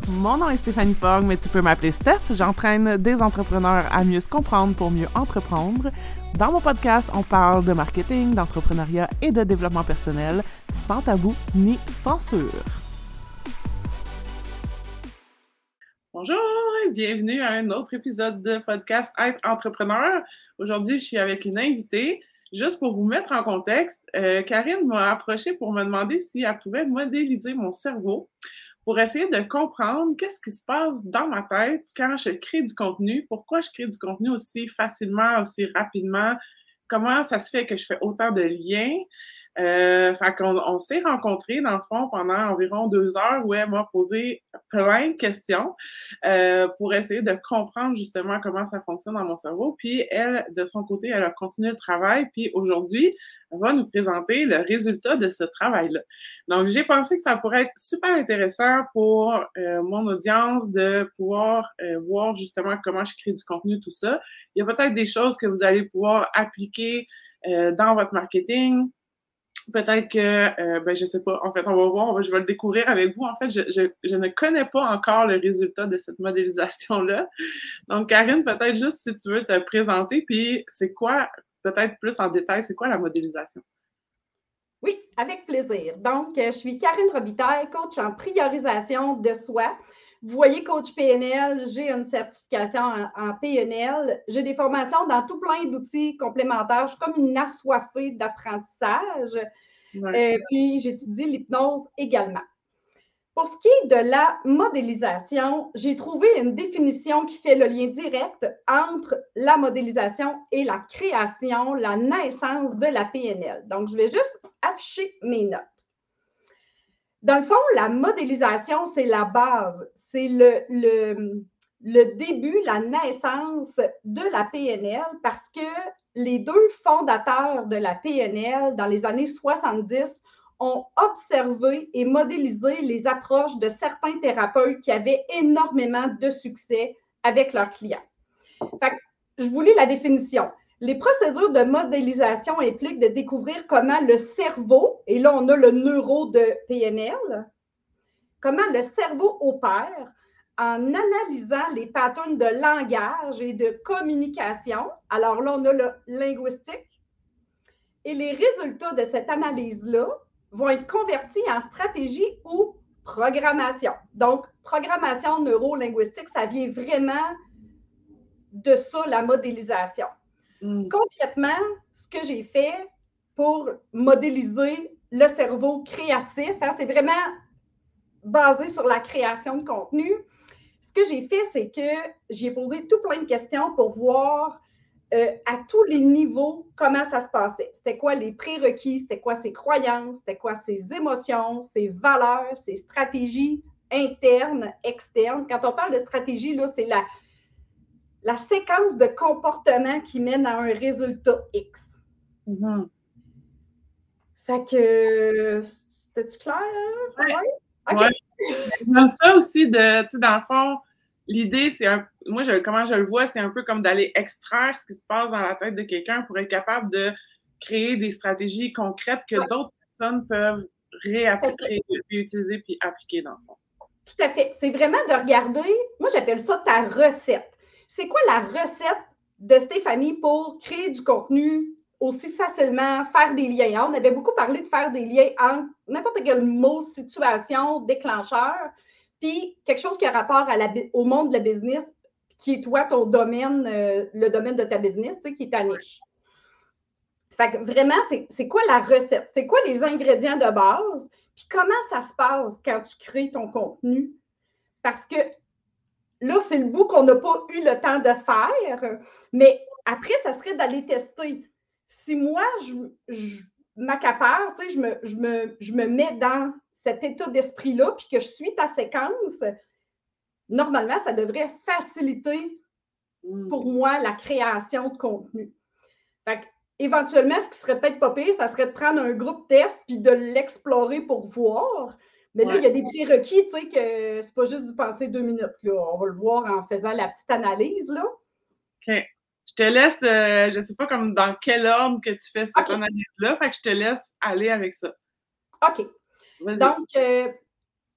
Mon nom est Stéphanie Fogg, mais tu peux m'appeler Steph. J'entraîne des entrepreneurs à mieux se comprendre pour mieux entreprendre. Dans mon podcast, on parle de marketing, d'entrepreneuriat et de développement personnel, sans tabou ni censure. Bonjour et bienvenue à un autre épisode de podcast Être entrepreneur. Aujourd'hui, je suis avec une invitée. Juste pour vous mettre en contexte, Karine m'a approchée pour me demander si elle pouvait modéliser mon cerveau pour essayer de comprendre qu'est-ce qui se passe dans ma tête quand je crée du contenu, pourquoi je crée du contenu aussi facilement, aussi rapidement, comment ça se fait que je fais autant de liens. Fait qu'on on s'est rencontrés, dans le fond, pendant environ 2 heures où elle m'a posé plein de questions pour essayer de comprendre justement comment ça fonctionne dans mon cerveau. Puis elle, de son côté, elle a continué le travail. Puis aujourd'hui, elle va nous présenter le résultat de ce travail-là. Donc, j'ai pensé que ça pourrait être super intéressant pour mon audience de pouvoir voir justement comment je crée du contenu, tout ça. Il y a peut-être des choses que vous allez pouvoir appliquer dans votre marketing. Peut-être que, je sais pas, en fait, on va voir, je vais le découvrir avec vous. En fait, je ne connais pas encore le résultat de cette modélisation-là. Donc, Karine, peut-être juste si tu veux te présenter, puis c'est quoi, peut-être plus en détail, c'est quoi la modélisation? Oui, avec plaisir. Donc, je suis Karine Robitaille, coach en priorisation de soi. Vous voyez, coach PNL, j'ai une certification en PNL. J'ai des formations dans tout plein d'outils complémentaires. Je suis comme une assoiffée d'apprentissage. Ouais. Puis, j'étudie l'hypnose également. Pour ce qui est de la modélisation, j'ai trouvé une définition qui fait le lien direct entre la modélisation et la création, la naissance de la PNL. Donc, je vais juste afficher mes notes. Dans le fond, la modélisation, c'est la base, c'est le début, la naissance de la PNL parce que les deux fondateurs de la PNL dans les années 70 ont observé et modélisé les approches de certains thérapeutes qui avaient énormément de succès avec leurs clients. Fait que, je vous lis la définition. Les procédures de modélisation impliquent de découvrir comment le cerveau, et là on a le neuro de PNL, comment le cerveau opère en analysant les patterns de langage et de communication. Alors là, on a le linguistique. Et les résultats de cette analyse-là vont être convertis en stratégie ou programmation. Donc, programmation neuro-linguistique, ça vient vraiment de ça, la modélisation. Concrètement, ce que j'ai fait pour modéliser le cerveau créatif, c'est vraiment basé sur la création de contenu. Ce que j'ai fait, c'est que j'ai posé tout plein de questions pour voir à tous les niveaux comment ça se passait. C'était quoi les prérequis, c'était quoi ses croyances, c'était quoi ses émotions, ses valeurs, ses stratégies internes, externes. Quand on parle de stratégie, là, c'est la séquence de comportement qui mène à un résultat X. Mm-hmm. Fait que, c'était-tu clair? Ouais. OK. Ouais. J'aime ça aussi de, tu sais, dans le fond, l'idée, c'est moi, comment je le vois, c'est un peu comme d'aller extraire ce qui se passe dans la tête de quelqu'un pour être capable de créer des stratégies concrètes que d'autres personnes peuvent réutiliser puis appliquer dans le fond. Tout à fait. C'est vraiment de regarder, moi j'appelle ça ta recette. C'est quoi la recette de Stéphanie pour créer du contenu aussi facilement, faire des liens? On avait beaucoup parlé de faire des liens entre n'importe quel mot, situation, déclencheur, puis quelque chose qui a rapport au monde de la business, qui est toi, ton domaine, le domaine de ta business, tu sais, qui est ta niche. Fait que vraiment, c'est quoi la recette? C'est quoi les ingrédients de base? Puis comment ça se passe quand tu crées ton contenu? Parce que là, c'est le bout qu'on n'a pas eu le temps de faire, mais après, ça serait d'aller tester. Si moi, je m'accapare, tu sais, je me mets dans cet état d'esprit-là, puis que je suis ta séquence, normalement, ça devrait faciliter pour moi la création de contenu. Fait que, éventuellement, ce qui serait peut-être pas pire, ça serait de prendre un groupe test puis de l'explorer pour voir. Mais là, il y a des prérequis, tu sais, que c'est pas juste d'y penser 2 minutes. Là. On va le voir en faisant la petite analyse. Là. OK. Je te laisse, je sais pas comme dans quel ordre que tu fais cette analyse-là, fait que je te laisse aller avec ça. OK. Vas-y. Donc,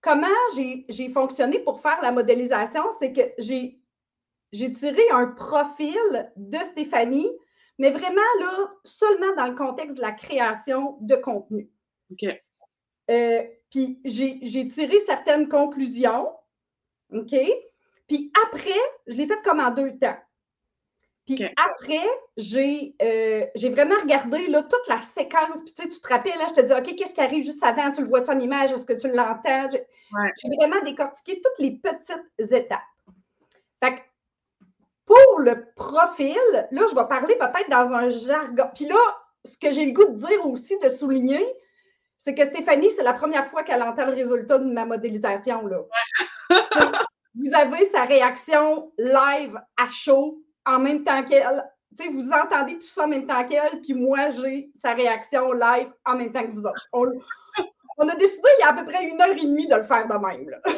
comment j'ai fonctionné pour faire la modélisation, c'est que j'ai tiré un profil de Stéphanie, mais vraiment là, seulement dans le contexte de la création de contenu. OK. Puis j'ai tiré certaines conclusions, OK? Puis après, je l'ai fait comme en 2 temps. Puis après, j'ai vraiment regardé là, toute la séquence. Puis tu te rappelles, là, je te dis, OK, qu'est-ce qui arrive juste avant? Tu le vois-tu en image? Est-ce que tu l'entends? J'ai vraiment décortiqué toutes les petites étapes. Fait que pour le profil, là, je vais parler peut-être dans un jargon. Puis là, ce que j'ai le goût de dire aussi, de souligner, c'est que Stéphanie, c'est la première fois qu'elle entend le résultat de ma modélisation. Là. Vous avez sa réaction live à chaud en même temps qu'elle. Vous entendez tout ça en même temps qu'elle, puis moi, j'ai sa réaction live en même temps que vous autres. On a décidé il y a à peu près 1h30 de le faire de même. Là.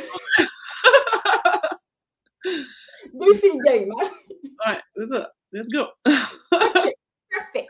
2 filles game, hein? Ouais, c'est ça. Let's go! OK, parfait.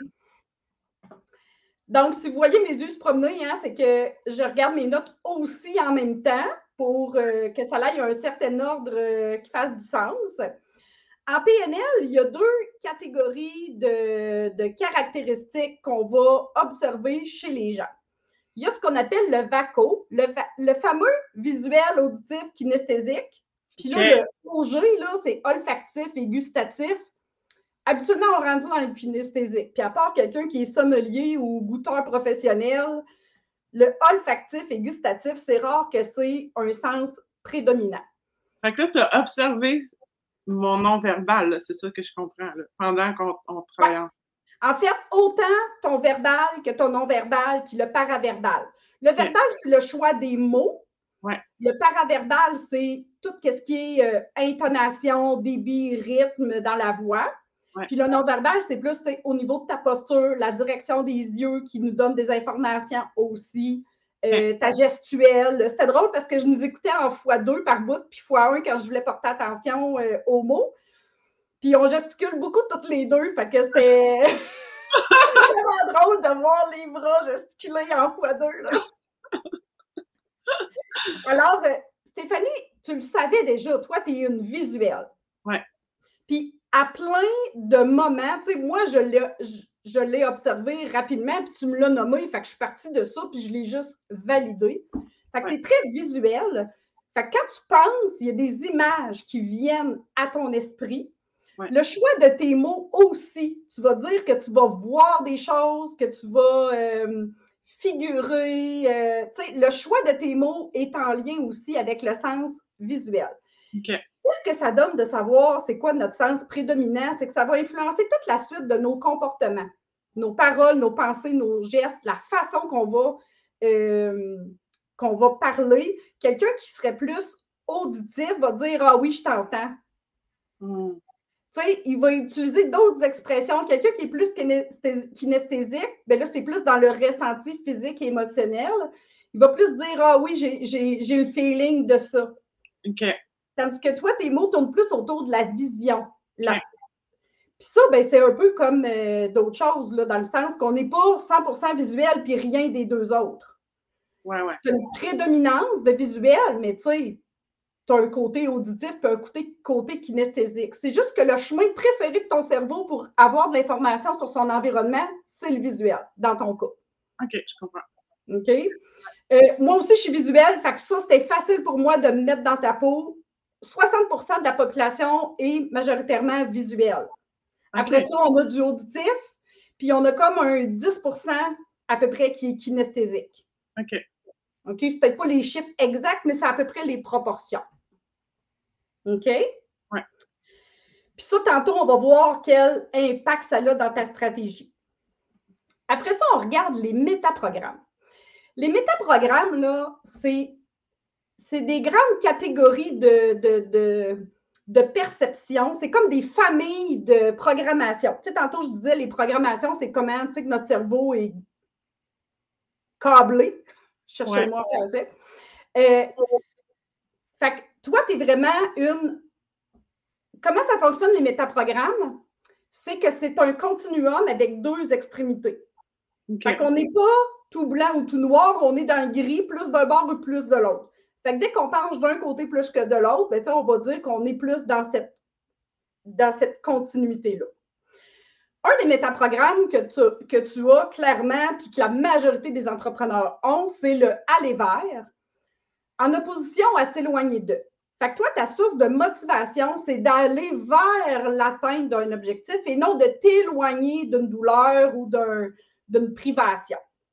Donc, si vous voyez mes yeux se promener, hein, c'est que je regarde mes notes aussi en même temps pour que ça aille à un certain ordre qui fasse du sens. En PNL, il y a 2 catégories de caractéristiques qu'on va observer chez les gens. Il y a ce qu'on appelle le VACO, le fameux visuel auditif kinesthésique. Puis là, le OG, là, c'est olfactif et gustatif. Habituellement, on rentre dans le kinesthésique. Puis à part quelqu'un qui est sommelier ou goûteur professionnel, le olfactif et gustatif, c'est rare que c'est un sens prédominant. Fait que là, tu as observé mon non-verbal, c'est ça que je comprends, là, pendant qu'on travaille ensemble. En fait, autant ton verbal que ton non-verbal, puis le paraverbal. Le verbal, c'est le choix des mots. Ouais. Le paraverbal, c'est tout ce qui est intonation, débit, rythme dans la voix. Ouais. Puis le non-verbal, c'est plus au niveau de ta posture, la direction des yeux qui nous donne des informations aussi, ta gestuelle. C'était drôle parce que je nous écoutais en x2 par bout, puis x1 quand je voulais porter attention aux mots. Puis on gesticule beaucoup toutes les deux, fait que c'était vraiment drôle de voir les bras gesticuler en x2. Là. Alors, Stéphanie, tu le savais déjà, toi, tu es une visuelle. Ouais. Puis à plein de moments, tu sais, moi, je l'ai observé rapidement, puis tu me l'as nommé, fait que je suis partie de ça, puis je l'ai juste validé. Fait que tu es très visuel. Fait que quand tu penses, il y a des images qui viennent à ton esprit. Ouais. Le choix de tes mots aussi, tu vas dire que tu vas voir des choses, que tu vas figurer. Le choix de tes mots est en lien aussi avec le sens visuel. Okay. Qu'est-ce que ça donne de savoir c'est quoi notre sens prédominant? C'est que ça va influencer toute la suite de nos comportements, nos paroles, nos pensées, nos gestes, la façon qu'on va parler. Quelqu'un qui serait plus auditif va dire « Ah oui, je t'entends ». Il va utiliser d'autres expressions. Quelqu'un qui est plus kinesthésique, bien là, c'est plus dans le ressenti physique et émotionnel. Il va plus dire « Ah oui, j'ai le feeling de ça ». Okay. Tandis que toi, tes mots tournent plus autour de la vision. Okay. Puis ça, ben, c'est un peu comme d'autres choses, là, dans le sens qu'on n'est pas 100% visuel puis rien des deux autres. Ouais. Tu as une prédominance de visuel, mais tu sais, tu as un côté auditif puis un côté kinesthésique. C'est juste que le chemin préféré de ton cerveau pour avoir de l'information sur son environnement, c'est le visuel, dans ton cas. OK, je comprends. OK? Moi aussi, je suis visuelle, fait que ça, c'était facile pour moi de me mettre dans ta peau. 60% de la population est majoritairement visuelle. Okay. Après ça, on a du auditif, puis on a comme un 10% à peu près qui est kinesthésique. OK. OK, c'est peut-être pas les chiffres exacts, mais c'est à peu près les proportions. OK? Ouais. Puis ça, tantôt, on va voir quel impact ça a dans ta stratégie. Après ça, on regarde les métaprogrammes. Les métaprogrammes, là, c'est des grandes catégories de perception. C'est comme des familles de programmation. Tu sais, tantôt, je disais, les programmations, c'est comment, tu sais, que notre cerveau est câblé. Je cherchais le mot en français. Fait que toi, tu es vraiment une... Comment ça fonctionne, les métaprogrammes? C'est que c'est un continuum avec 2 extrémités. Okay. Fait qu'on n'est pas tout blanc ou tout noir, on est dans le gris, plus d'un bord ou plus de l'autre. Fait que dès qu'on penche d'un côté plus que de l'autre, ben, on va dire qu'on est plus dans cette continuité-là. Un des métaprogrammes que tu as clairement, puis que la majorité des entrepreneurs ont, c'est le aller vers, en opposition à s'éloigner d'eux. Fait que toi, ta source de motivation, c'est d'aller vers l'atteinte d'un objectif et non de t'éloigner d'une douleur ou d'une privation.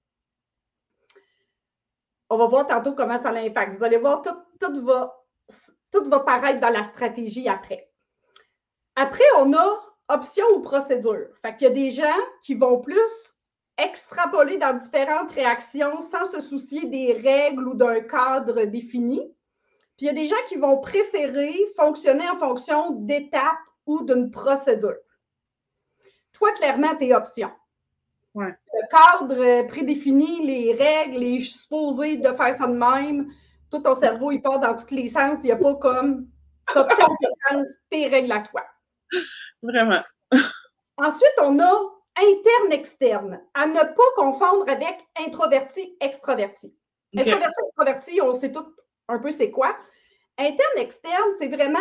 On va voir tantôt comment ça l'impacte. Vous allez voir, tout va paraître dans la stratégie après. Après, on a option ou procédure. Fait qu'il y a des gens qui vont plus extrapoler dans différentes réactions sans se soucier des règles ou d'un cadre défini. Puis il y a des gens qui vont préférer fonctionner en fonction d'étapes ou d'une procédure. Toi, clairement, tes options. Ouais. Le cadre prédéfini, les règles, les supposés de faire ça de même, tout ton cerveau, il part dans tous les sens. Il n'y a pas comme ta conséquence, tes règles à toi. Vraiment. Ensuite, on a interne-externe, à ne pas confondre avec introverti-extraverti. Okay. Introverti-extraverti, on sait tout un peu c'est quoi. Interne-externe, c'est vraiment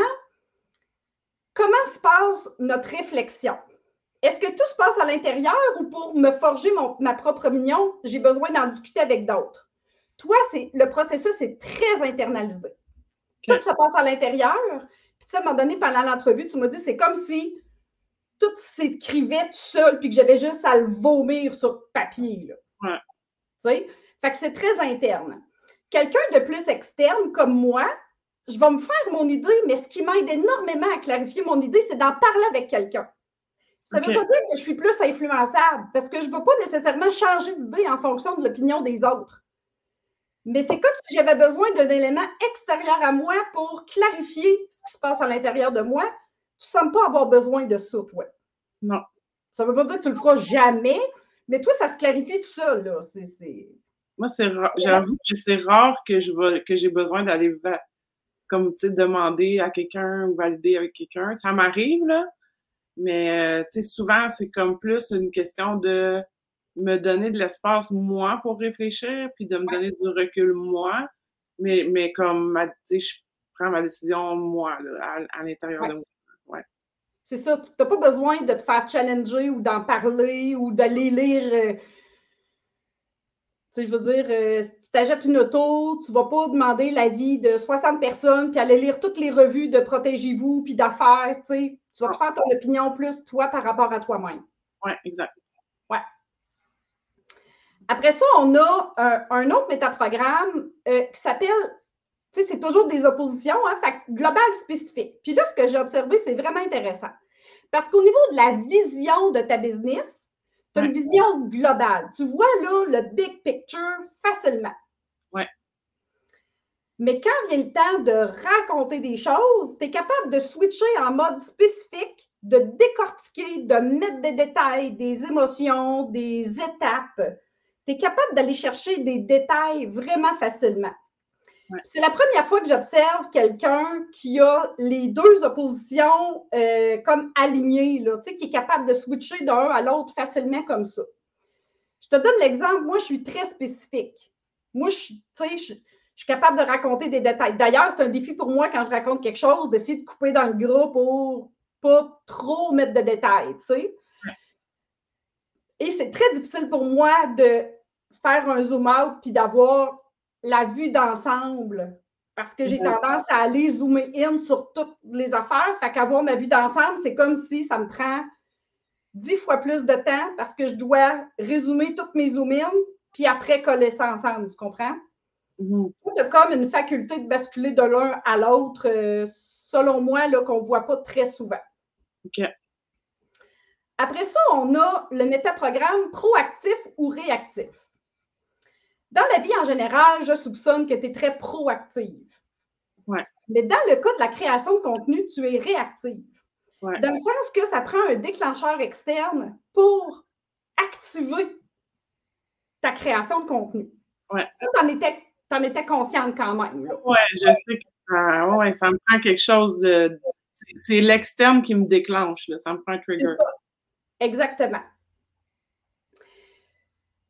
comment se passe notre réflexion. Est-ce que tout se passe à l'intérieur ou pour me forger ma propre opinion, j'ai besoin d'en discuter avec d'autres? Toi, le processus est très internalisé. Okay. Tout se passe à l'intérieur. Puis, à un moment donné, pendant l'entrevue, tu m'as dit, c'est comme si tout s'écrivait tout seul puis que j'avais juste à le vomir sur papier. Là. Ouais. Tu sais? Fait que c'est très interne. Quelqu'un de plus externe comme moi, je vais me faire mon idée, mais ce qui m'aide énormément à clarifier mon idée, c'est d'en parler avec quelqu'un. Ça ne veut pas dire que je suis plus influençable, parce que je ne veux pas nécessairement changer d'idée en fonction de l'opinion des autres. Mais c'est comme si j'avais besoin d'un élément extérieur à moi pour clarifier ce qui se passe à l'intérieur de moi. Tu ne sembles pas avoir besoin de ça, toi. Non. Ça ne veut pas dire que tu ne le feras jamais, mais toi, ça se clarifie tout seul, là. Moi, j'avoue que c'est rare que j'ai besoin d'aller comme, tu sais, demander à quelqu'un ou valider avec quelqu'un. Ça m'arrive, là, mais, tu sais, souvent, c'est comme plus une question de me donner de l'espace, moi, pour réfléchir, puis de me donner du recul, moi, mais comme, tu sais, je prends ma décision, moi, là, à l'intérieur de moi. Ouais. C'est ça. Tu n'as pas besoin de te faire challenger ou d'en parler ou d'aller lire... Tu sais, je veux dire, si tu t'achètes une auto, tu ne vas pas demander l'avis de 60 personnes puis aller lire toutes les revues de Protégez-vous puis d'affaires, tu sais. Tu vas te faire ton opinion plus, toi, par rapport à toi-même. Oui, exact. Ouais. Après ça, on a un autre métaprogramme qui s'appelle, tu sais, c'est toujours des oppositions, hein, fait global spécifique. Puis là, ce que j'ai observé, c'est vraiment intéressant. Parce qu'au niveau de la vision de ta business, tu as une vision globale. Tu vois là le big picture facilement. Oui. Mais quand vient le temps de raconter des choses, tu es capable de switcher en mode spécifique, de décortiquer, de mettre des détails, des émotions, des étapes. Tu es capable d'aller chercher des détails vraiment facilement. Ouais. C'est la première fois que j'observe quelqu'un qui a les deux oppositions comme alignées, là, qui est capable de switcher d'un à l'autre facilement comme ça. Je te donne l'exemple. Moi, je suis très spécifique. Moi, je suis capable de raconter des détails. D'ailleurs, c'est un défi pour moi quand je raconte quelque chose, d'essayer de couper dans le gras pour pas trop mettre de détails, tu sais. Ouais. Et c'est très difficile pour moi de faire un zoom out puis d'avoir la vue d'ensemble parce que j'ai tendance à aller zoomer in sur toutes les affaires. Fait qu'avoir ma vue d'ensemble, c'est comme si ça me prend 10 fois plus de temps parce que je dois résumer toutes mes zoom-in puis après coller ça ensemble, tu comprends? Mm-hmm. Tu as comme une faculté de basculer de l'un à l'autre, selon moi, là, qu'on ne voit pas très souvent. OK. Après ça, on a le métaprogramme proactif ou réactif. Dans la vie en général, je soupçonne que tu es très proactive. Ouais. Mais dans le cas de la création de contenu, tu es réactive. Ouais. Dans le sens que ça prend un déclencheur externe pour activer ta création de contenu. Ouais. Ça, t'en étais consciente quand même. Oui, je sais que ça me prend quelque chose de... C'est l'externe qui me déclenche, là. Ça me prend un trigger. Exactement.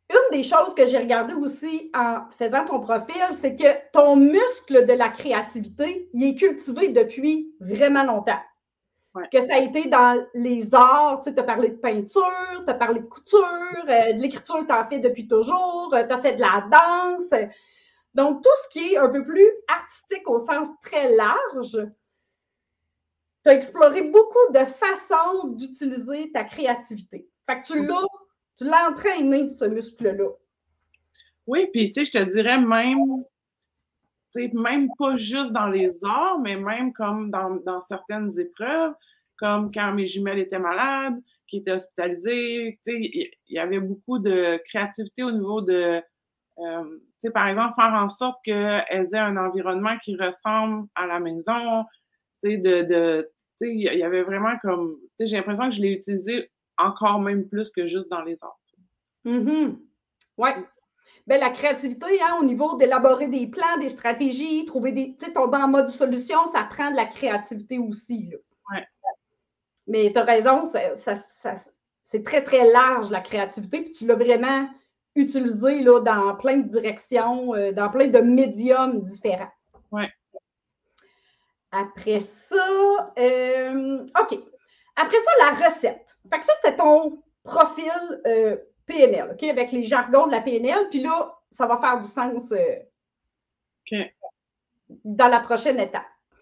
une des choses que j'ai regardées aussi en faisant ton profil, c'est que ton muscle de la créativité, il est cultivé depuis vraiment longtemps. Ouais. Que ça a été dans les arts, tu sais, as parlé de peinture, tu as parlé de couture, de l'écriture, tu en fais depuis toujours, tu as fait de la danse. Donc, tout ce qui est un peu plus artistique au sens très large, tu as exploré beaucoup de façons d'utiliser ta créativité. Fait que tu l'as entraîné, ce muscle-là. Oui, puis tu sais, je te dirais même, tu sais, même pas juste dans les arts, mais même comme dans certaines épreuves, comme quand mes jumelles étaient malades, qui étaient hospitalisées, tu sais, il y avait beaucoup de créativité au niveau de, tu sais, par exemple, faire en sorte qu'elles aient un environnement qui ressemble à la maison, tu sais, tu sais, il y avait vraiment comme, tu sais, j'ai l'impression que je l'ai utilisé encore même plus que juste dans les arts. Mm-hmm. Oui. Ben, la créativité, hein, au niveau d'élaborer des plans, des stratégies, trouver des. Tu sais, tomber en mode solution, ça prend de la créativité aussi. Là. Ouais. Mais tu as raison, c'est très, très large, la créativité, puis tu l'as vraiment utilisé là, dans plein de directions, dans plein de médiums différents. Ouais. Après ça, OK. Après ça, la recette. Fait que ça, c'était ton profil PNL, OK, avec les jargons de la PNL. Puis là, ça va faire du sens OK. dans la prochaine étape.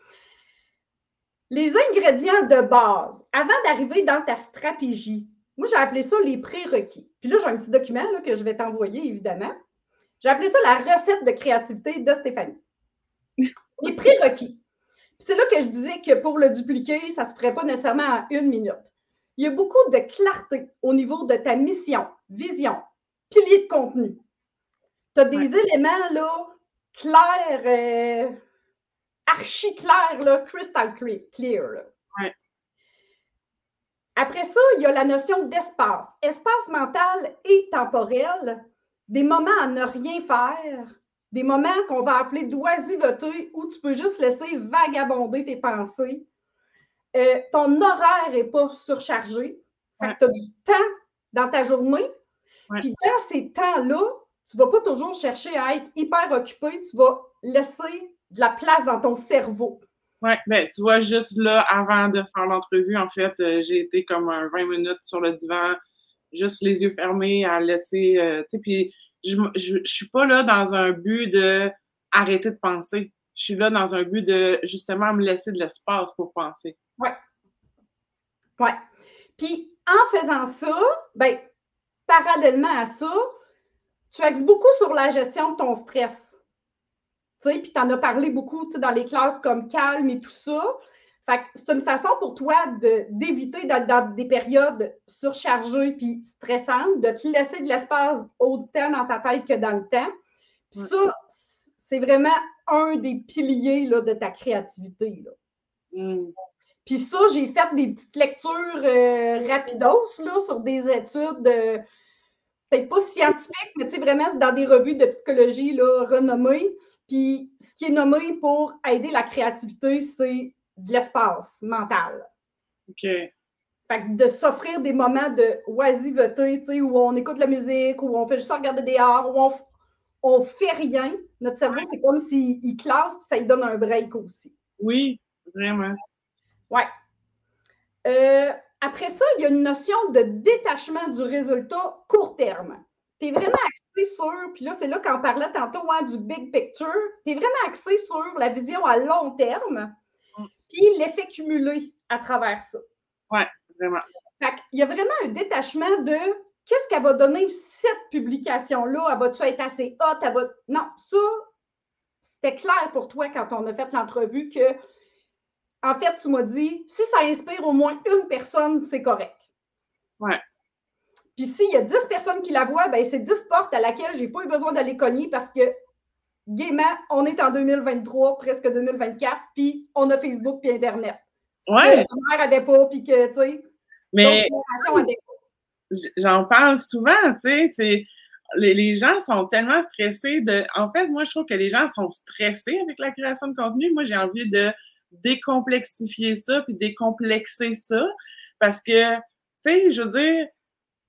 Les ingrédients de base, avant d'arriver dans ta stratégie, moi, j'ai appelé ça les prérequis. Puis là, j'ai un petit document là, que je vais t'envoyer, évidemment. J'ai appelé ça la recette de créativité de Stéphanie. Les prérequis. Puis c'est là que je disais que pour le dupliquer, ça ne se ferait pas nécessairement en 1 minute. Il y a beaucoup de clarté au niveau de ta mission, vision, pilier de contenu. Tu as des éléments là, clairs, archi clairs, là, crystal clear. Là. Ouais. Après ça, il y a la notion d'espace. Espace mental et temporel, des moments à ne rien faire, des moments qu'on va appeler d'oisiveté où tu peux juste laisser vagabonder tes pensées. Ton horaire n'est pas surchargé. Fait que tu as du temps dans ta journée. Puis dans ces temps-là, tu ne vas pas toujours chercher à être hyper occupé. Tu vas laisser de la place dans ton cerveau. Oui, ben tu vois, juste là, avant de faire l'entrevue, en fait, j'ai été comme 20 minutes sur le divan, juste les yeux fermés, à laisser, tu sais, puis je suis pas là dans un but de arrêter de penser. Je suis là dans un but de, justement, me laisser de l'espace pour penser. Oui. Oui. Puis, en faisant ça, ben, parallèlement à ça, tu axes beaucoup sur la gestion de ton stress. Tu sais, puis tu en as parlé beaucoup dans les classes comme calme et tout ça. Fait que c'est une façon pour toi d'éviter dans des périodes surchargées puis stressantes, de te laisser de l'espace autant dans ta tête que dans le temps. Puis ça, c'est vraiment un des piliers là, de ta créativité. Là. Mm. Puis ça, j'ai fait des petites lectures rapidos là, sur des études peut-être pas scientifiques, mais vraiment dans des revues de psychologie là, renommées. Puis ce qui est nommé pour aider la créativité, c'est de l'espace mental. OK. Fait que de s'offrir des moments de oisiveté, tu sais, où on écoute de la musique, où on fait juste regarder dehors, où on fait rien. Notre cerveau, c'est comme s'il classe, puis ça lui donne un break aussi. Oui, vraiment. Ouais. Après ça, il y a une notion de détachement du résultat court terme. Tu es vraiment axé sur, puis là, c'est là qu'on parlait tantôt du big picture, tu es vraiment axé sur la vision à long terme, puis l'effet cumulé à travers ça. Oui, vraiment. Fait qu'il y a vraiment un détachement de qu'est-ce qu'elle va donner cette publication-là? Elle va-tu être assez haute? Non, ça, c'était clair pour toi quand on a fait l'entrevue que en fait, tu m'as dit, si ça inspire au moins une personne, c'est correct. Ouais. Puis s'il y a 10 personnes qui la voient, ben c'est 10 portes à laquelle je n'ai pas eu besoin d'aller cogner parce que, gaiement, on est en 2023, presque 2024, puis on a Facebook puis Internet. Ouais. Que ma mère n'avait pas, puis que, tu sais, mais avec... j'en parle souvent, tu sais, les gens sont tellement stressés En fait, moi, je trouve que les gens sont stressés avec la création de contenu. Moi, j'ai envie de décomplexifier ça puis décomplexer ça parce que, tu sais, je veux dire,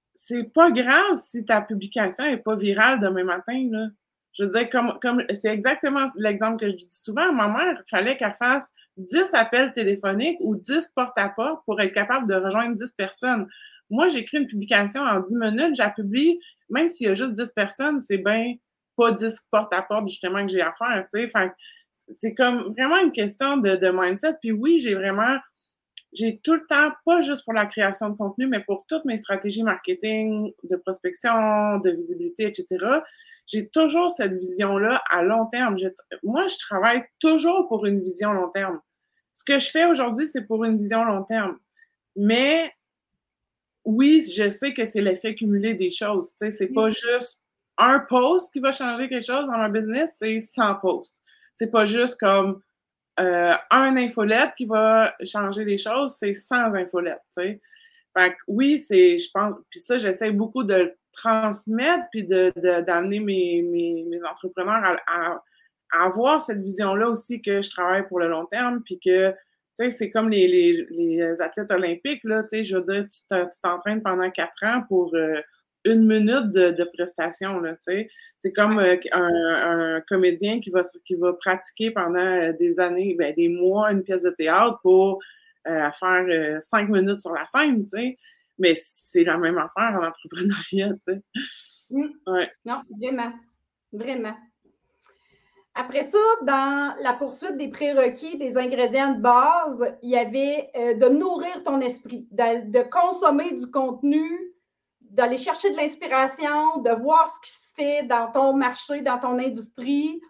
c'est pas grave si ta publication n'est pas virale demain matin, là. Je veux dire, c'est exactement l'exemple que je dis souvent. Ma mère, il fallait qu'elle fasse 10 appels téléphoniques ou 10 porte-à-porte pour être capable de rejoindre 10 personnes. Moi, j'écris une publication en 10 minutes, je la publie, même s'il y a juste 10 personnes, c'est bien pas 10 porte-à-porte, justement, que j'ai à faire, tu sais. Enfin, c'est comme vraiment une question de mindset. Puis oui, j'ai tout le temps, pas juste pour la création de contenu, mais pour toutes mes stratégies marketing, de prospection, de visibilité, etc., j'ai toujours cette vision-là à long terme. Moi, je travaille toujours pour une vision long terme. Ce que je fais aujourd'hui, c'est pour une vision long terme. Mais oui, je sais que c'est l'effet cumulé des choses. Tu sais, c'est pas juste un post qui va changer quelque chose dans ma business, c'est 100 posts. C'est pas juste comme un infolette qui va changer les choses, c'est 100 infolettes, tu sais. Fait que oui, je pense, puis ça, j'essaie beaucoup de le transmettre, puis d'amener mes entrepreneurs à avoir cette vision-là aussi que je travaille pour le long terme, puis que, tu sais, c'est comme les athlètes olympiques, là, tu sais, je veux dire, tu t'entraînes pendant 4 ans pour une minute de prestation, là, tu sais. C'est comme un comédien qui va pratiquer pendant des années, des mois, une pièce de théâtre pour faire 5 minutes sur la scène, tu sais. Mais c'est la même affaire en entrepreneuriat, tu sais. Ouais. Non, vraiment. Vraiment. Après ça, dans la poursuite des prérequis, des ingrédients de base, il y avait de nourrir ton esprit, de consommer du contenu, d'aller chercher de l'inspiration, de voir ce qui se fait dans ton marché, dans ton industrie,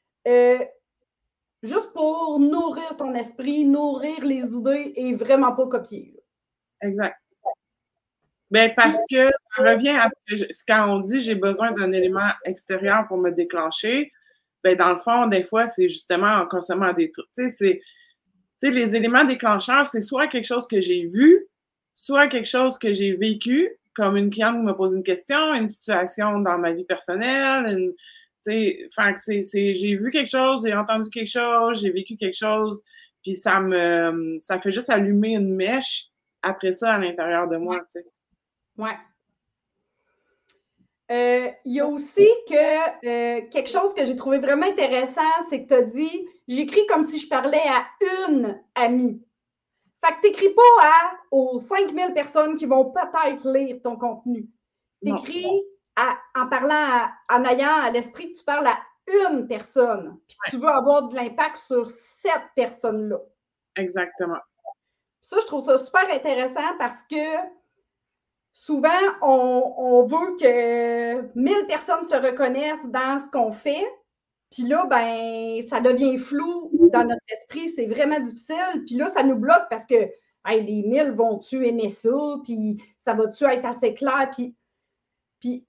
juste pour nourrir ton esprit, nourrir les idées et vraiment pas copier. Exact. Ben parce que ça revient à quand on dit j'ai besoin d'un élément extérieur pour me déclencher, ben dans le fond, des fois, c'est justement en consommant des trucs. Tu sais, les éléments déclencheurs, c'est soit quelque chose que j'ai vu, soit quelque chose que j'ai vécu, comme une cliente qui me pose une question, une situation dans ma vie personnelle, tu sais, j'ai vu quelque chose, j'ai entendu quelque chose, j'ai vécu quelque chose, puis ça fait juste allumer une mèche après ça à l'intérieur de moi, tu sais. Ouais. Il y a aussi quelque chose que j'ai trouvé vraiment intéressant, c'est que tu as dit « J'écris comme si je parlais à une amie ». Fait que tu n'écris pas aux 5000 personnes qui vont peut-être lire ton contenu. Tu écris en parlant, en ayant à l'esprit que tu parles à une personne, puis que tu veux avoir de l'impact sur cette personne-là. Exactement. Ça, je trouve ça super intéressant parce que souvent, on veut que 1000 personnes se reconnaissent dans ce qu'on fait. Puis là, ben, ça devient flou dans notre esprit. C'est vraiment difficile. Puis là, ça nous bloque parce que hey, les 1000 vont-tu aimer ça? Puis ça va-tu être assez clair? Puis tu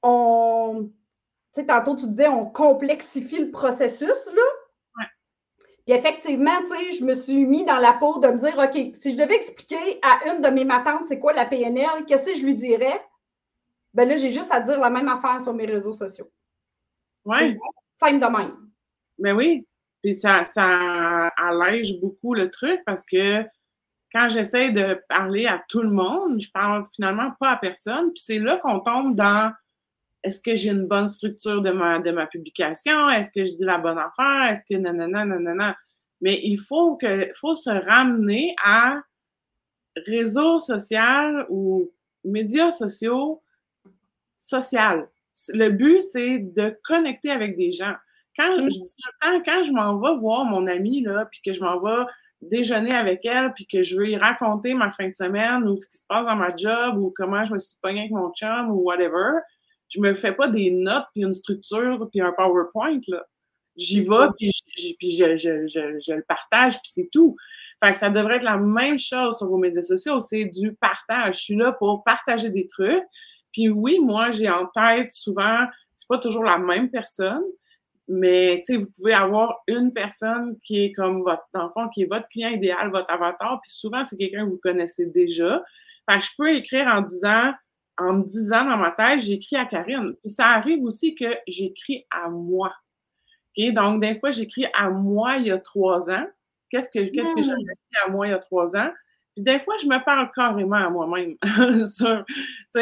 sais, tantôt, tu disais, on complexifie le processus, là. Puis effectivement, tu sais, je me suis mis dans la peau de me dire, OK, si je devais expliquer à une de mes matantes c'est quoi la PNL, qu'est-ce que je lui dirais? Ben là, j'ai juste à dire la même affaire sur mes réseaux sociaux. Oui. C'est simple de même. Ben oui. Puis ça allège beaucoup le truc parce que quand j'essaie de parler à tout le monde, je parle finalement pas à personne. Puis c'est là qu'on tombe dans est-ce que j'ai une bonne structure de ma publication? Est-ce que je dis la bonne affaire? Est-ce que nanana? Mais il faut se ramener à réseaux sociaux ou médias sociaux social. Le but, c'est de connecter avec des gens. Quand je m'en vais voir mon amie, là, puis que je m'en vais déjeuner avec elle, puis que je veux y raconter ma fin de semaine ou ce qui se passe dans ma job ou comment je me suis pognée avec mon chum ou whatever, je me fais pas des notes puis une structure puis un PowerPoint, là. J'y vais puis je le partage puis c'est tout. Fait que ça devrait être la même chose sur vos médias sociaux, c'est du partage. Je suis là pour partager des trucs. Puis oui, moi, j'ai en tête souvent, c'est pas toujours la même personne, mais tu sais, vous pouvez avoir une personne qui est comme dans le fond, qui est votre client idéal, votre avatar, puis souvent, c'est quelqu'un que vous connaissez déjà. Fait que je peux écrire en me disant dans ma tête, j'écris à Karine. Puis ça arrive aussi que j'écris à moi. Okay? Donc, des fois, j'écris à moi il y a 3 ans. Qu'est-ce que j'avais dit à moi il y a 3 ans? Puis des fois, je me parle carrément à moi-même. Tu sais,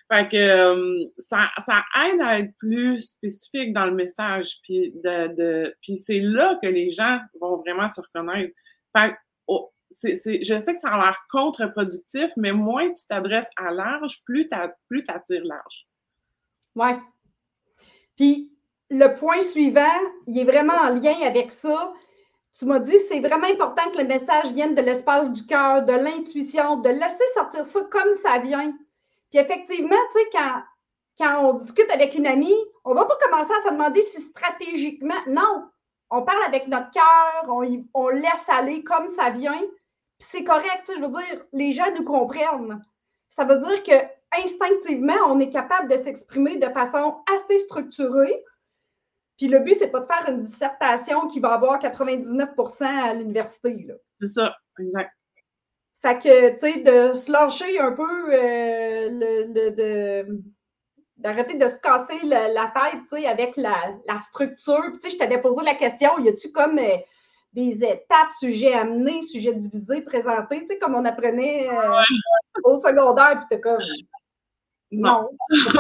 Fait que ça aide à être plus spécifique dans le message. Puis puis c'est là que les gens vont vraiment se reconnaître. Fait que, je sais que ça a l'air contre-productif, mais moins tu t'adresses à large, plus t'attires large. Oui. Puis le point suivant, il est vraiment en lien avec ça. Tu m'as dit, c'est vraiment important que le message vienne de l'espace du cœur, de l'intuition, de laisser sortir ça comme ça vient. Puis effectivement, tu sais, quand on discute avec une amie, on ne va pas commencer à se demander si stratégiquement, non, on parle avec notre cœur, on laisse aller comme ça vient. Puis c'est correct, tu sais, je veux dire, les gens nous comprennent. Ça veut dire que instinctivement, on est capable de s'exprimer de façon assez structurée. Puis le but, c'est pas de faire une dissertation qui va avoir 99% à l'université. Là. C'est ça, exact. Fait que, tu sais, de se lâcher un peu, d'arrêter de se casser la tête, tu sais, avec la structure. Puis, tu sais, je t'avais posé la question, y a-tu comme des étapes, sujets amenés, sujets divisés, présentés, tu sais, comme on apprenait au secondaire, puis t'es comme... Non.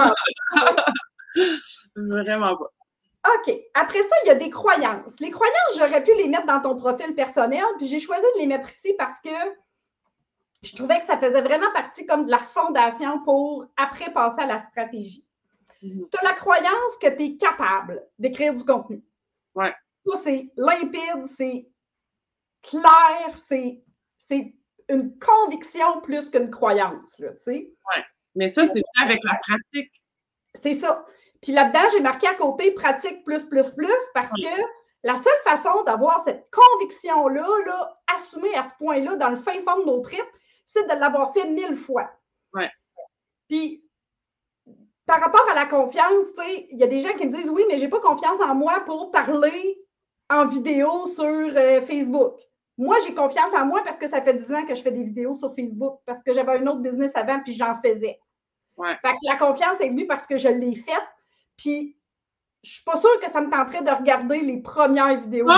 Vraiment pas. OK. Après ça, il y a des croyances. Les croyances, j'aurais pu les mettre dans ton profil personnel, puis j'ai choisi de les mettre ici parce que je trouvais que ça faisait vraiment partie comme de la fondation pour après passer à la stratégie. Tu as la croyance que tu es capable d'écrire du contenu. Ouais. Ça, c'est limpide, c'est clair, c'est une conviction plus qu'une croyance, là, tu sais. Ouais. Mais ça, c'est fait avec la pratique. C'est ça. Puis là-dedans, j'ai marqué à côté pratique plus, parce que la seule façon d'avoir cette conviction-là, là, assumée à ce point-là, dans le fin fond de nos tripes, c'est de l'avoir fait 1000 fois. Ouais. Puis, par rapport à la confiance, tu sais, il y a des gens qui me disent « Oui, mais j'ai pas confiance en moi pour parler en vidéo sur Facebook. » Moi, j'ai confiance en moi parce que ça fait 10 ans que je fais des vidéos sur Facebook, parce que j'avais un autre business avant, puis j'en faisais. Ouais. Fait que la confiance est venue parce que je l'ai faite, puis je suis pas sûre que ça me tenterait de regarder les premières vidéos.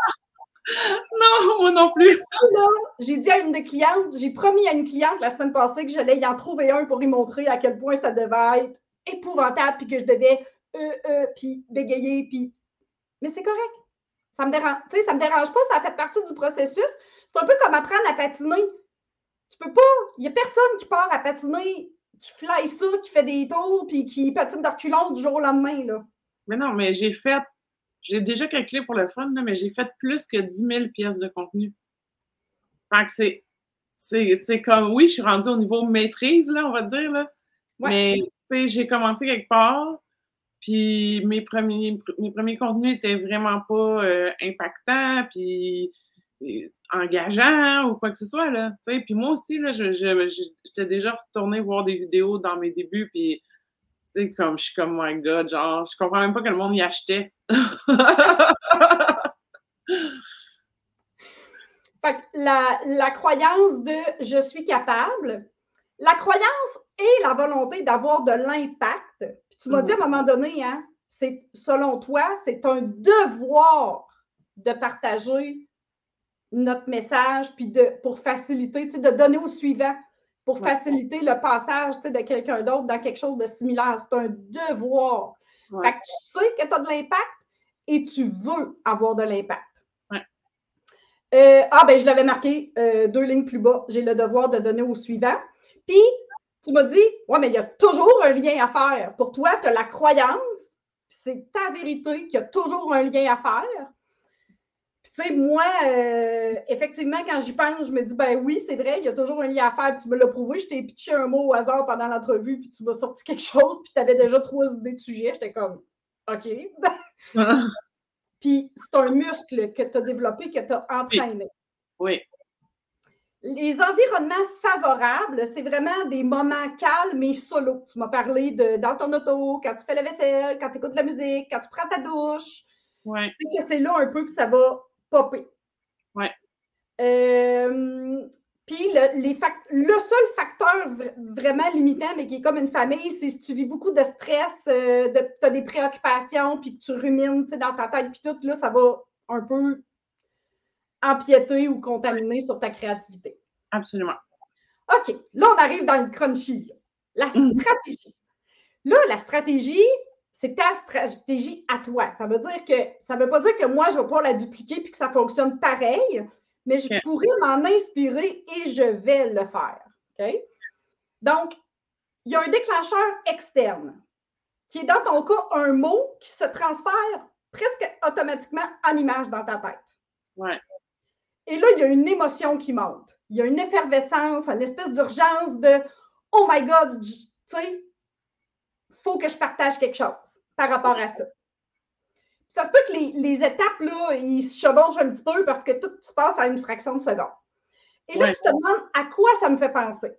Non, moi non plus. Là, j'ai dit à une de clientes, j'ai promis à une cliente la semaine passée que j'allais y en trouver un pour y montrer à quel point ça devait être épouvantable, puis que je devais puis bégayer, puis... Mais c'est correct. Ça me dérange, tu sais, ça me dérange pas, ça fait partie du processus. C'est un peu comme apprendre à patiner. Tu peux pas, il y a personne qui part à patiner, qui fly ça, qui fait des tours, puis qui patine de reculons du jour au lendemain, là. Mais non, mais j'ai déjà calculé pour le fun, là, mais j'ai fait plus que 10 000 pièces de contenu. Fait que c'est comme, oui, je suis rendue au niveau maîtrise, là, on va dire, là. Ouais. Mais, tu sais, j'ai commencé quelque part, puis mes premiers contenus étaient vraiment pas impactants, puis engageants ou quoi que ce soit, là. Tu sais, puis moi aussi, là, j'étais déjà retournée voir des vidéos dans mes débuts, puis tu sais, comme, je suis comme, my God, genre, je comprends même pas que le monde y achetait. Fait que la croyance de « je suis capable », la croyance et la volonté d'avoir de l'impact. Puis tu m'as dit à un moment donné, hein, c'est, selon toi, c'est un devoir de partager notre message, puis pour faciliter, tu sais, de donner au suivant, pour faciliter le passage, tu sais, de quelqu'un d'autre dans quelque chose de similaire. C'est un devoir. Ouais. Fait que tu sais que tu as de l'impact et tu veux avoir de l'impact. Ben, je l'avais marqué 2 lignes plus bas. J'ai le devoir de donner au suivant. Puis, tu m'as dit, ouais, mais il y a toujours un lien à faire. Pour toi, tu as la croyance, puis c'est ta vérité qu'il y a toujours un lien à faire. Puis, tu sais, moi, effectivement, quand j'y pense, je me dis, ben oui, c'est vrai, il y a toujours un lien à faire. Puis, tu me l'as prouvé. Je t'ai pitché un mot au hasard pendant l'entrevue, puis tu m'as sorti quelque chose, puis tu avais déjà 3 idées de sujet. J'étais comme, OK. Puis, c'est un muscle que tu as développé, que tu as entraîné. Oui. Les environnements favorables, c'est vraiment des moments calmes et solo. Tu m'as parlé dans ton auto, quand tu fais la vaisselle, quand tu écoutes de la musique, quand tu prends ta douche. Ouais. Tu sais que c'est là un peu que ça va popper. Ouais. Puis le seul facteur vraiment limitant, mais qui est comme une famille, c'est si tu vis beaucoup de stress, tu as des préoccupations, puis que tu rumines dans ta tête, puis tout, là, ça va un peu empiéter ou contaminer sur ta créativité. Absolument. OK, là, on arrive dans le crunchy, la stratégie. Là, la stratégie, c'est ta stratégie à toi. Ça veut pas dire que moi, je vais pas la dupliquer puis que ça fonctionne pareil, mais je pourrais m'en inspirer et je vais le faire. OK? Donc, il y a un déclencheur externe qui est dans ton cas un mot qui se transfère presque automatiquement en image dans ta tête. Ouais. Et là, il y a une émotion qui monte. Il y a une effervescence, une espèce d'urgence de « Oh my God! » Tu sais, il faut que je partage quelque chose par rapport à ça. Ça se peut que les étapes, là, ils se chevauchent un petit peu parce que tout se passe à une fraction de seconde. Et là, tu te demandes à quoi ça me fait penser.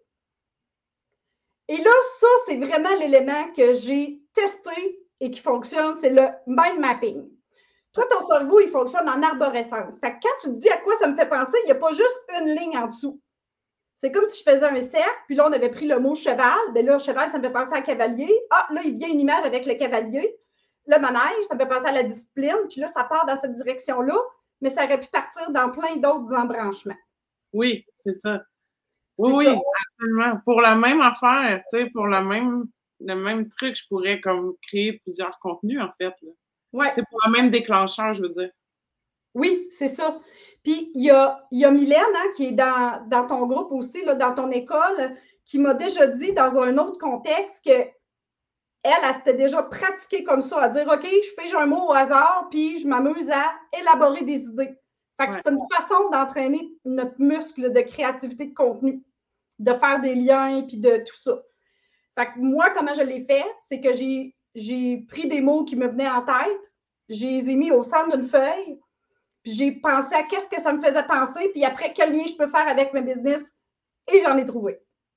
Et là, ça, c'est vraiment l'élément que j'ai testé et qui fonctionne, c'est le mind mapping. Toi, ton cerveau, il fonctionne en arborescence. Fait que quand tu te dis à quoi ça me fait penser, il n'y a pas juste une ligne en dessous. C'est comme si je faisais un cercle, puis là, on avait pris le mot cheval. Bien là, cheval, ça me fait penser à cavalier. Ah, là, il vient une image avec le cavalier. Le manège, ça me fait penser à la discipline. Puis là, ça part dans cette direction-là, mais ça aurait pu partir dans plein d'autres embranchements. Oui, c'est ça. Oui, absolument. Pour la même affaire, tu sais, pour le même truc, je pourrais comme créer plusieurs contenus, en fait. Ouais. C'est pour le même déclencheur, je veux dire. Oui, c'est ça. Puis, il y a Mylène, hein, qui est dans ton groupe aussi, là, dans ton école, qui m'a déjà dit dans un autre contexte que elle s'était déjà pratiquée comme ça, à dire OK, je pige un mot au hasard, puis je m'amuse à élaborer des idées. Fait que c'est une façon d'entraîner notre muscle de créativité de contenu, de faire des liens, puis de tout ça. Fait que moi, comment je l'ai fait, c'est que j'ai pris des mots qui me venaient en tête, je les ai mis au centre d'une feuille, puis j'ai pensé à qu'est-ce que ça me faisait penser, puis après, quel lien je peux faire avec mes business, et j'en ai trouvé.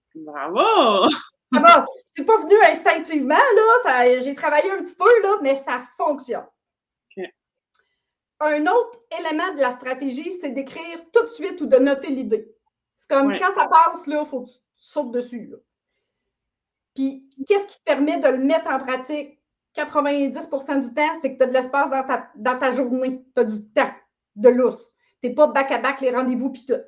Bravo! Ça va, c'est pas venu instinctivement, là, j'ai travaillé un petit peu, là, mais ça fonctionne. Okay. Un autre élément de la stratégie, c'est d'écrire tout de suite ou de noter l'idée. C'est comme quand ça passe, là, il faut que tu sautes dessus. Là. Puis, qu'est-ce qui te permet de le mettre en pratique 90% du temps, c'est que tu as de l'espace dans ta journée. Tu as du temps de lousse. Tu n'es pas back-à-back les rendez-vous puis tout.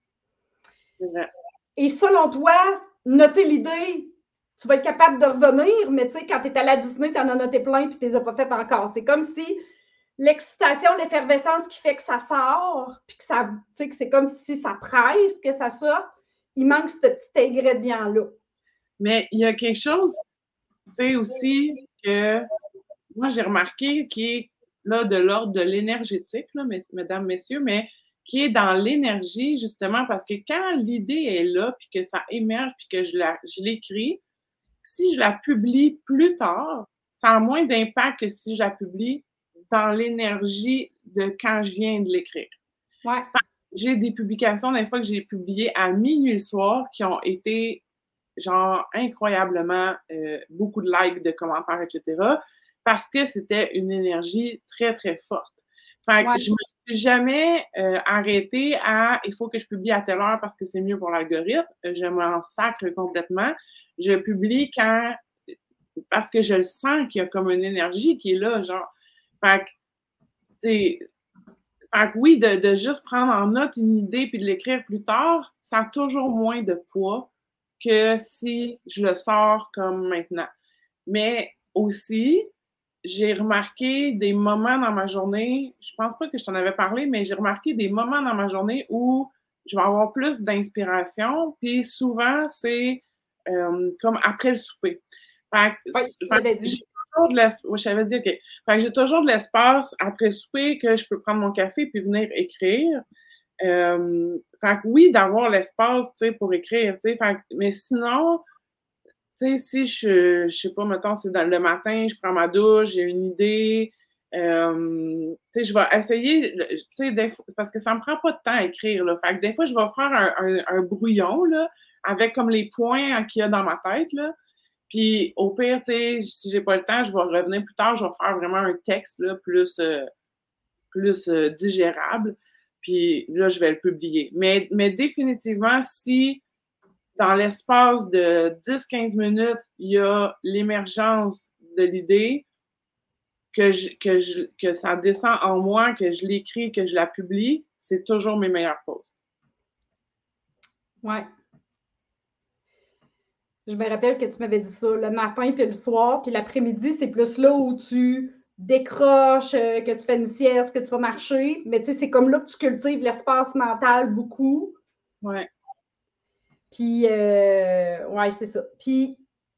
C'est vrai. Et selon toi, noter l'idée, tu vas être capable de revenir, mais tu sais, quand tu es allé à Disney, tu en as noté plein puis tu ne les as pas fait encore. C'est comme si l'excitation, l'effervescence qui fait que ça sort, puis que ça, tu sais, que c'est comme si ça presse que ça sorte, il manque ce petit ingrédient-là. Mais il y a quelque chose, tu sais, aussi que moi, j'ai remarqué qui est là de l'ordre de l'énergétique, là, mesdames, messieurs, mais qui est dans l'énergie, justement, parce que quand l'idée est là, puis que ça émerge, puis que je l'écris, si je la publie plus tard, ça a moins d'impact que si je la publie dans l'énergie de quand je viens de l'écrire. Ouais. J'ai des publications, des fois que j'ai publiées à minuit le soir, qui ont été genre incroyablement beaucoup de likes, de commentaires, etc. Parce que c'était une énergie très, très forte. Fait que je me suis jamais arrêtée à il faut que je publie à telle heure parce que c'est mieux pour l'algorithme. Je m'en sacre complètement. Je publie parce que je le sens qu'il y a comme une énergie qui est là, genre. Fait que oui, de juste prendre en note une idée puis de l'écrire plus tard, ça a toujours moins de poids que si je le sors comme maintenant. Mais aussi, j'ai remarqué des moments dans ma journée, je pense pas que je t'en avais parlé, mais j'ai remarqué des moments dans ma journée où je vais avoir plus d'inspiration, puis souvent, c'est comme après le souper. Fait que, j'ai toujours de l'espace. Je t'avais dit, OK. Fait que j'ai toujours de l'espace après le souper que je peux prendre mon café puis venir écrire. Fait que oui, d'avoir l'espace, tu sais, pour écrire, tu sais. Mais sinon, tu sais, si je sais pas, mettons, c'est le matin, je prends ma douche, j'ai une idée, tu sais, je vais essayer, tu sais, parce que ça me prend pas de temps à écrire, là. Fait que des fois, je vais faire un brouillon, là, avec comme les points qu'il y a dans ma tête, là. Puis au pire, tu sais, si j'ai pas le temps, je vais revenir plus tard, je vais faire vraiment un texte, là, plus digérable. Puis là, je vais le publier. Mais définitivement, si dans l'espace de 10-15 minutes, il y a l'émergence de l'idée, que ça descend en moi, que je l'écris, que je la publie, c'est toujours mes meilleurs posts. Ouais. Je me rappelle que tu m'avais dit ça, le matin puis le soir, puis l'après-midi, c'est plus là où tu décroches, que tu fais une sieste, que tu vas marcher. Mais tu sais, c'est comme là que tu cultives l'espace mental beaucoup. Ouais. Puis, ouais, c'est ça. Puis,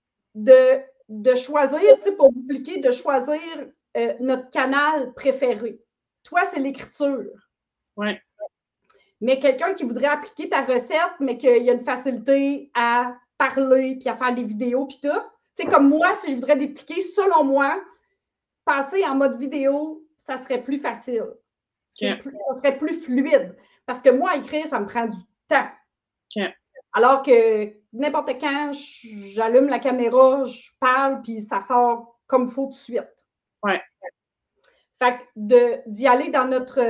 de choisir, tu sais, pour dupliquer, de choisir notre canal préféré. Toi, c'est l'écriture. Ouais. Mais quelqu'un qui voudrait appliquer ta recette, mais qu'il y a une facilité à parler, puis à faire des vidéos, puis tout. Tu sais, comme moi, si je voudrais dupliquer, selon moi, passer en mode vidéo, ça serait plus facile. Okay. Ça serait plus fluide. Parce que moi, écrire, ça me prend du temps. Okay. Alors que n'importe quand, j'allume la caméra, je parle, puis ça sort comme il faut tout de suite. Ouais. Fait que d'y aller dans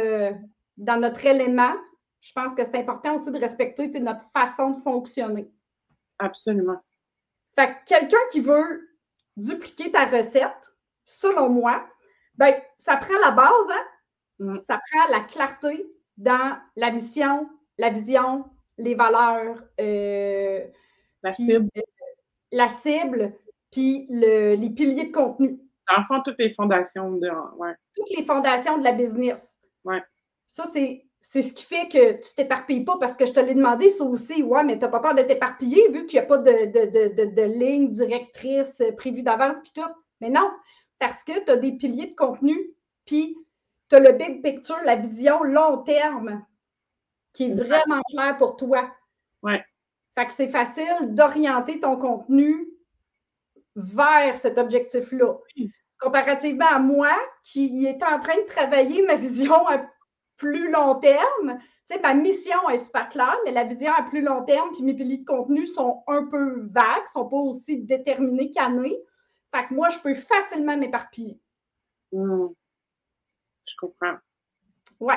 notre élément, je pense que c'est important aussi de respecter notre façon de fonctionner. Absolument. Fait que quelqu'un qui veut dupliquer ta recette, selon moi, ben, ça prend la base, hein? Ça prend la clarté dans la mission, la vision, les valeurs, la cible. La cible, puis les piliers de contenu. Dans le fond, toutes les fondations ouais. Toutes les fondations de la business. Ouais. Ça, c'est ce qui fait que tu ne t'éparpilles pas, parce que je te l'ai demandé, ça aussi. Ouais, mais tu n'as pas peur de t'éparpiller vu qu'il n'y a pas de ligne directrice prévue d'avance, puis tout. Mais non, parce que tu as des piliers de contenu, puis tu as le big picture, la vision long terme, qui est vraiment claire pour toi. Ouais. Fait que c'est facile d'orienter ton contenu vers cet objectif-là. Comparativement à moi, qui est en train de travailler ma vision à plus long terme, tu sais, ma mission est super claire, mais la vision à plus long terme, puis mes piliers de contenu sont un peu vagues, sont pas aussi déterminés qu'annés. Fait que moi, je peux facilement m'éparpiller. Je comprends. Ouais.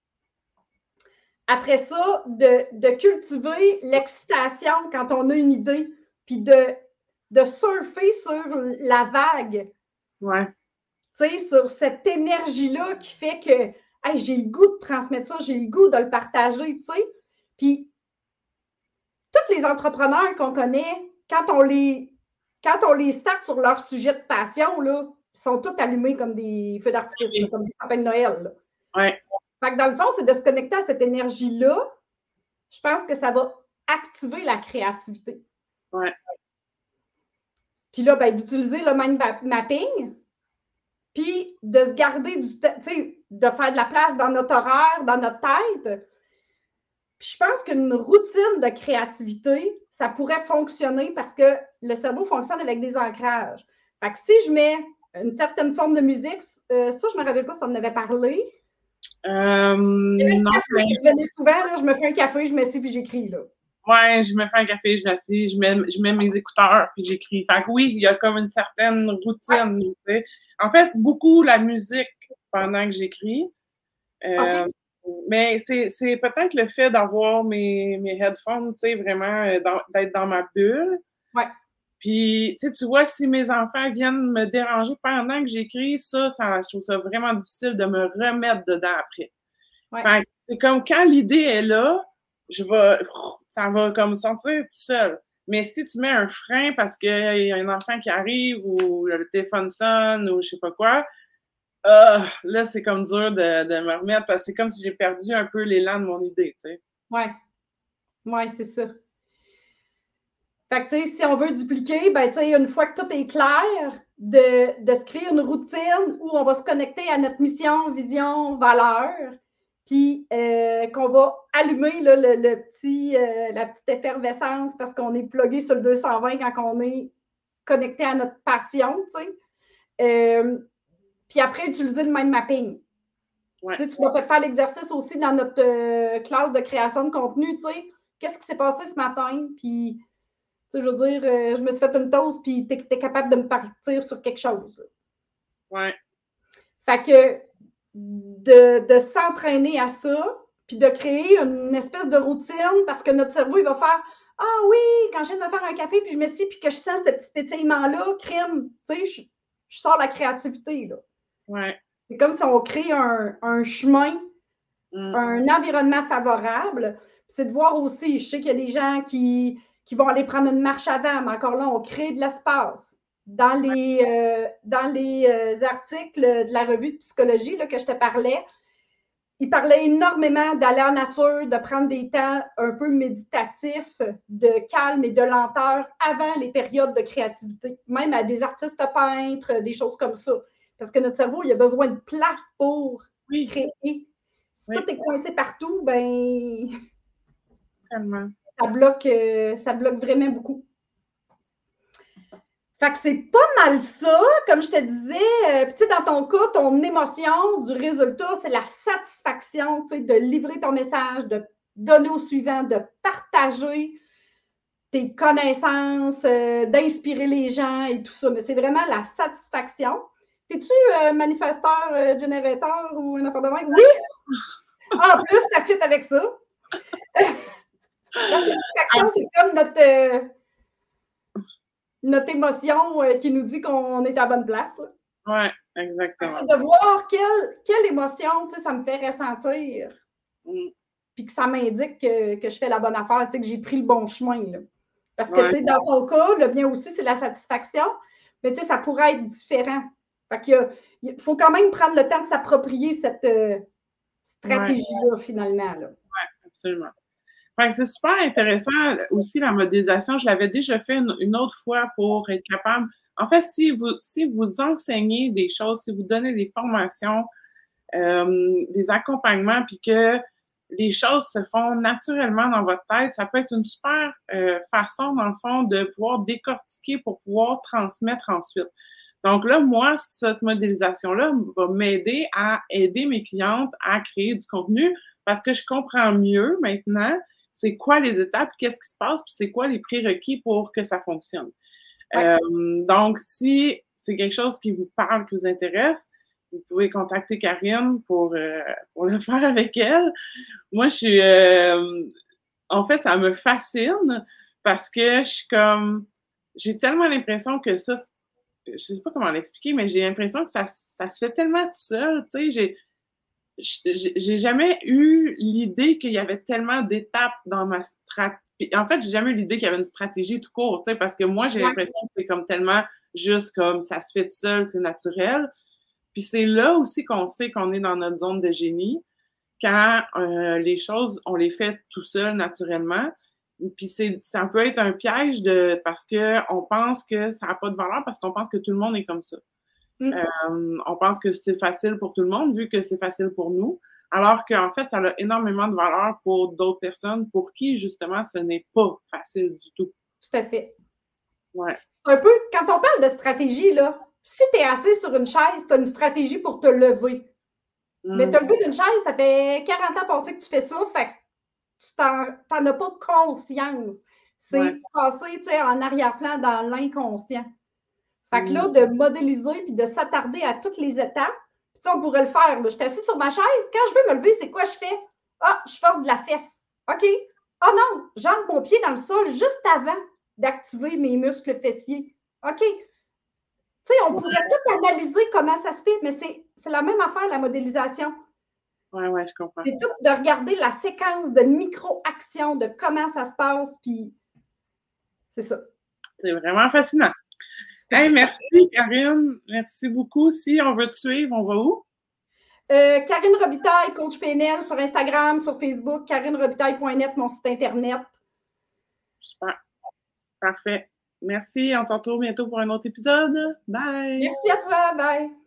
Après ça, de cultiver l'excitation quand on a une idée, puis de surfer sur la vague. Ouais. Tu sais, sur cette énergie-là qui fait que hey, j'ai le goût de transmettre ça, j'ai le goût de le partager, tu sais. Puis, tous les entrepreneurs qu'on connaît, quand on les starte sur leur sujet de passion, là, ils sont tous allumés comme des feux d'artifice, là, comme des sapins de Noël. Là. Ouais. Fait que dans le fond, c'est de se connecter à cette énergie-là. Je pense que ça va activer la créativité. Ouais. Puis là, ben, d'utiliser le mind mapping, puis de se garder du temps, tu sais, de faire de la place dans notre horaire, dans notre tête. Puis je pense qu'une routine de créativité, ça pourrait fonctionner parce que le cerveau fonctionne avec des ancrages. Fait que si je mets une certaine forme de musique, ça, je ne me rappelle pas si on en avait parlé. Non, café, je venais souvent, là, je me fais un café, je m'assieds puis j'écris. Là. Ouais, je me fais un café, je m'assieds, je mets mes écouteurs puis j'écris. Fait que oui, il y a comme une certaine routine. Tu sais. En fait, beaucoup la musique pendant que j'écris. Okay. Mais c'est peut-être le fait d'avoir mes headphones, tu sais, vraiment, d'être dans ma bulle. Ouais. Puis, tu vois, si mes enfants viennent me déranger pendant que j'écris, ça, je trouve ça vraiment difficile de me remettre dedans après. Ouais. Fait que c'est comme quand l'idée est là, ça va comme sortir tout seul. Mais si tu mets un frein parce qu'il y a un enfant qui arrive ou le téléphone sonne ou je sais pas quoi, là, c'est comme dur de me remettre parce que c'est comme si j'ai perdu un peu l'élan de mon idée, tu sais. Ouais. Ouais, c'est ça. Fait que, tu sais, si on veut dupliquer, ben, tu sais, une fois que tout est clair, de se créer une routine où on va se connecter à notre mission, vision, valeur, puis qu'on va allumer là, la petite effervescence parce qu'on est plugué sur le 220 quand on est connecté à notre passion, tu sais. Puis après, utiliser le mind mapping. Ouais. Tu sais, tu vas peut-être faire l'exercice aussi dans notre classe de création de contenu, tu sais. Qu'est-ce qui s'est passé ce matin? Puis, tu sais, je veux dire, je me suis fait une toast, puis tu es capable de me partir sur quelque chose. Là. Ouais. Fait que de s'entraîner à ça, puis de créer une espèce de routine, parce que notre cerveau, il va faire « Ah oui, quand je viens de me faire un café, puis je me suis, puis que je sens ce petit pétillement-là, crime, tu sais, je sors la créativité. » là. Ouais. C'est comme si on crée un chemin, un environnement favorable. C'est de voir aussi, je sais qu'il y a des gens qui qui vont aller prendre une marche avant, mais encore là, on crée de l'espace. Dans les articles de la revue de psychologie là, que je te parlais, il parlait énormément d'aller en nature, de prendre des temps un peu méditatifs, de calme et de lenteur avant les périodes de créativité, même à des artistes peintres, des choses comme ça. Parce que notre cerveau, il a besoin de place pour créer. Si tout est coincé partout, ben ça bloque vraiment beaucoup. Fait que c'est pas mal ça, comme je te disais. Tu sais, dans ton cas, ton émotion du résultat, c'est la satisfaction, tu sais, de livrer ton message, de donner au suivant, de partager tes connaissances, d'inspirer les gens et tout ça. Mais c'est vraiment la satisfaction. T'es-tu manifesteur, générateur ou un affaire de même? Oui! En plus, ça fit avec ça. La satisfaction, c'est comme notre émotion qui nous dit qu'on est à la bonne place. Oui, exactement. C'est de voir quelle émotion ça me fait ressentir. Puis que ça m'indique que je fais la bonne affaire, que j'ai pris le bon chemin. Là. Parce que dans ton cas, le bien aussi, c'est la satisfaction, mais ça pourrait être différent. Fait il faut quand même prendre le temps de s'approprier cette stratégie-là, finalement. Oui, absolument. Fait que c'est super intéressant aussi la modélisation. Je l'avais déjà fait une autre fois pour être capable. En fait, si vous enseignez des choses, si vous donnez des formations, des accompagnements, puis que les choses se font naturellement dans votre tête, ça peut être une super façon, dans le fond, de pouvoir décortiquer pour pouvoir transmettre ensuite. Donc là, moi, cette modélisation-là va m'aider à aider mes clientes à créer du contenu parce que je comprends mieux maintenant c'est quoi les étapes, qu'est-ce qui se passe, puis c'est quoi les prérequis pour que ça fonctionne. Ouais. Donc, si c'est quelque chose qui vous parle, qui vous intéresse, vous pouvez contacter Karine pour le faire avec elle. Moi, je suis... en fait, ça me fascine parce que je suis comme... J'ai tellement l'impression que ça... Je sais pas comment l'expliquer, mais j'ai l'impression que ça se fait tellement tout seul, tu sais, j'ai jamais eu l'idée qu'il y avait tellement d'étapes dans ma stratégie. En fait, j'ai jamais eu l'idée qu'il y avait une stratégie tout court, tu sais, parce que moi, j'ai l'impression que c'est comme tellement juste comme ça se fait tout seul, c'est naturel. Puis c'est là aussi qu'on sait qu'on est dans notre zone de génie, quand les choses, on les fait tout seul, naturellement. Puis ça peut être un piège parce qu'on pense que ça n'a pas de valeur, parce qu'on pense que tout le monde est comme ça. On pense que c'est facile pour tout le monde, vu que c'est facile pour nous, alors qu'en fait, ça a énormément de valeur pour d'autres personnes pour qui, justement, ce n'est pas facile du tout. Tout à fait. Ouais. Un peu, quand on parle de stratégie, là, si tu es assis sur une chaise, tu as une stratégie pour te lever. Mais te lever d'une chaise, ça fait 40 ans passé que tu fais ça, fait que tu n'en as pas conscience. C'est passé, tu sais, en arrière-plan dans l'inconscient. Fait que là, de modéliser puis de s'attarder à toutes les étapes, puis on pourrait le faire. Là. Je suis assise sur ma chaise. Quand je veux me lever, c'est quoi je fais? Ah, je force de la fesse. OK. Ah non, j'entre mon pied dans le sol juste avant d'activer mes muscles fessiers. OK. Tu sais, on pourrait tout analyser comment ça se fait, mais c'est la même affaire, la modélisation. Oui, je comprends. C'est tout de regarder la séquence de micro-actions, de comment ça se passe, puis c'est ça. C'est vraiment fascinant. Hey, merci, Karine. Merci beaucoup. Si on veut te suivre, on va où? Karine Robitaille, coach PNL sur Instagram, sur Facebook, karinerobitaille.net, mon site Internet. Super. Parfait. Merci. On se retrouve bientôt pour un autre épisode. Bye. Merci à toi. Bye.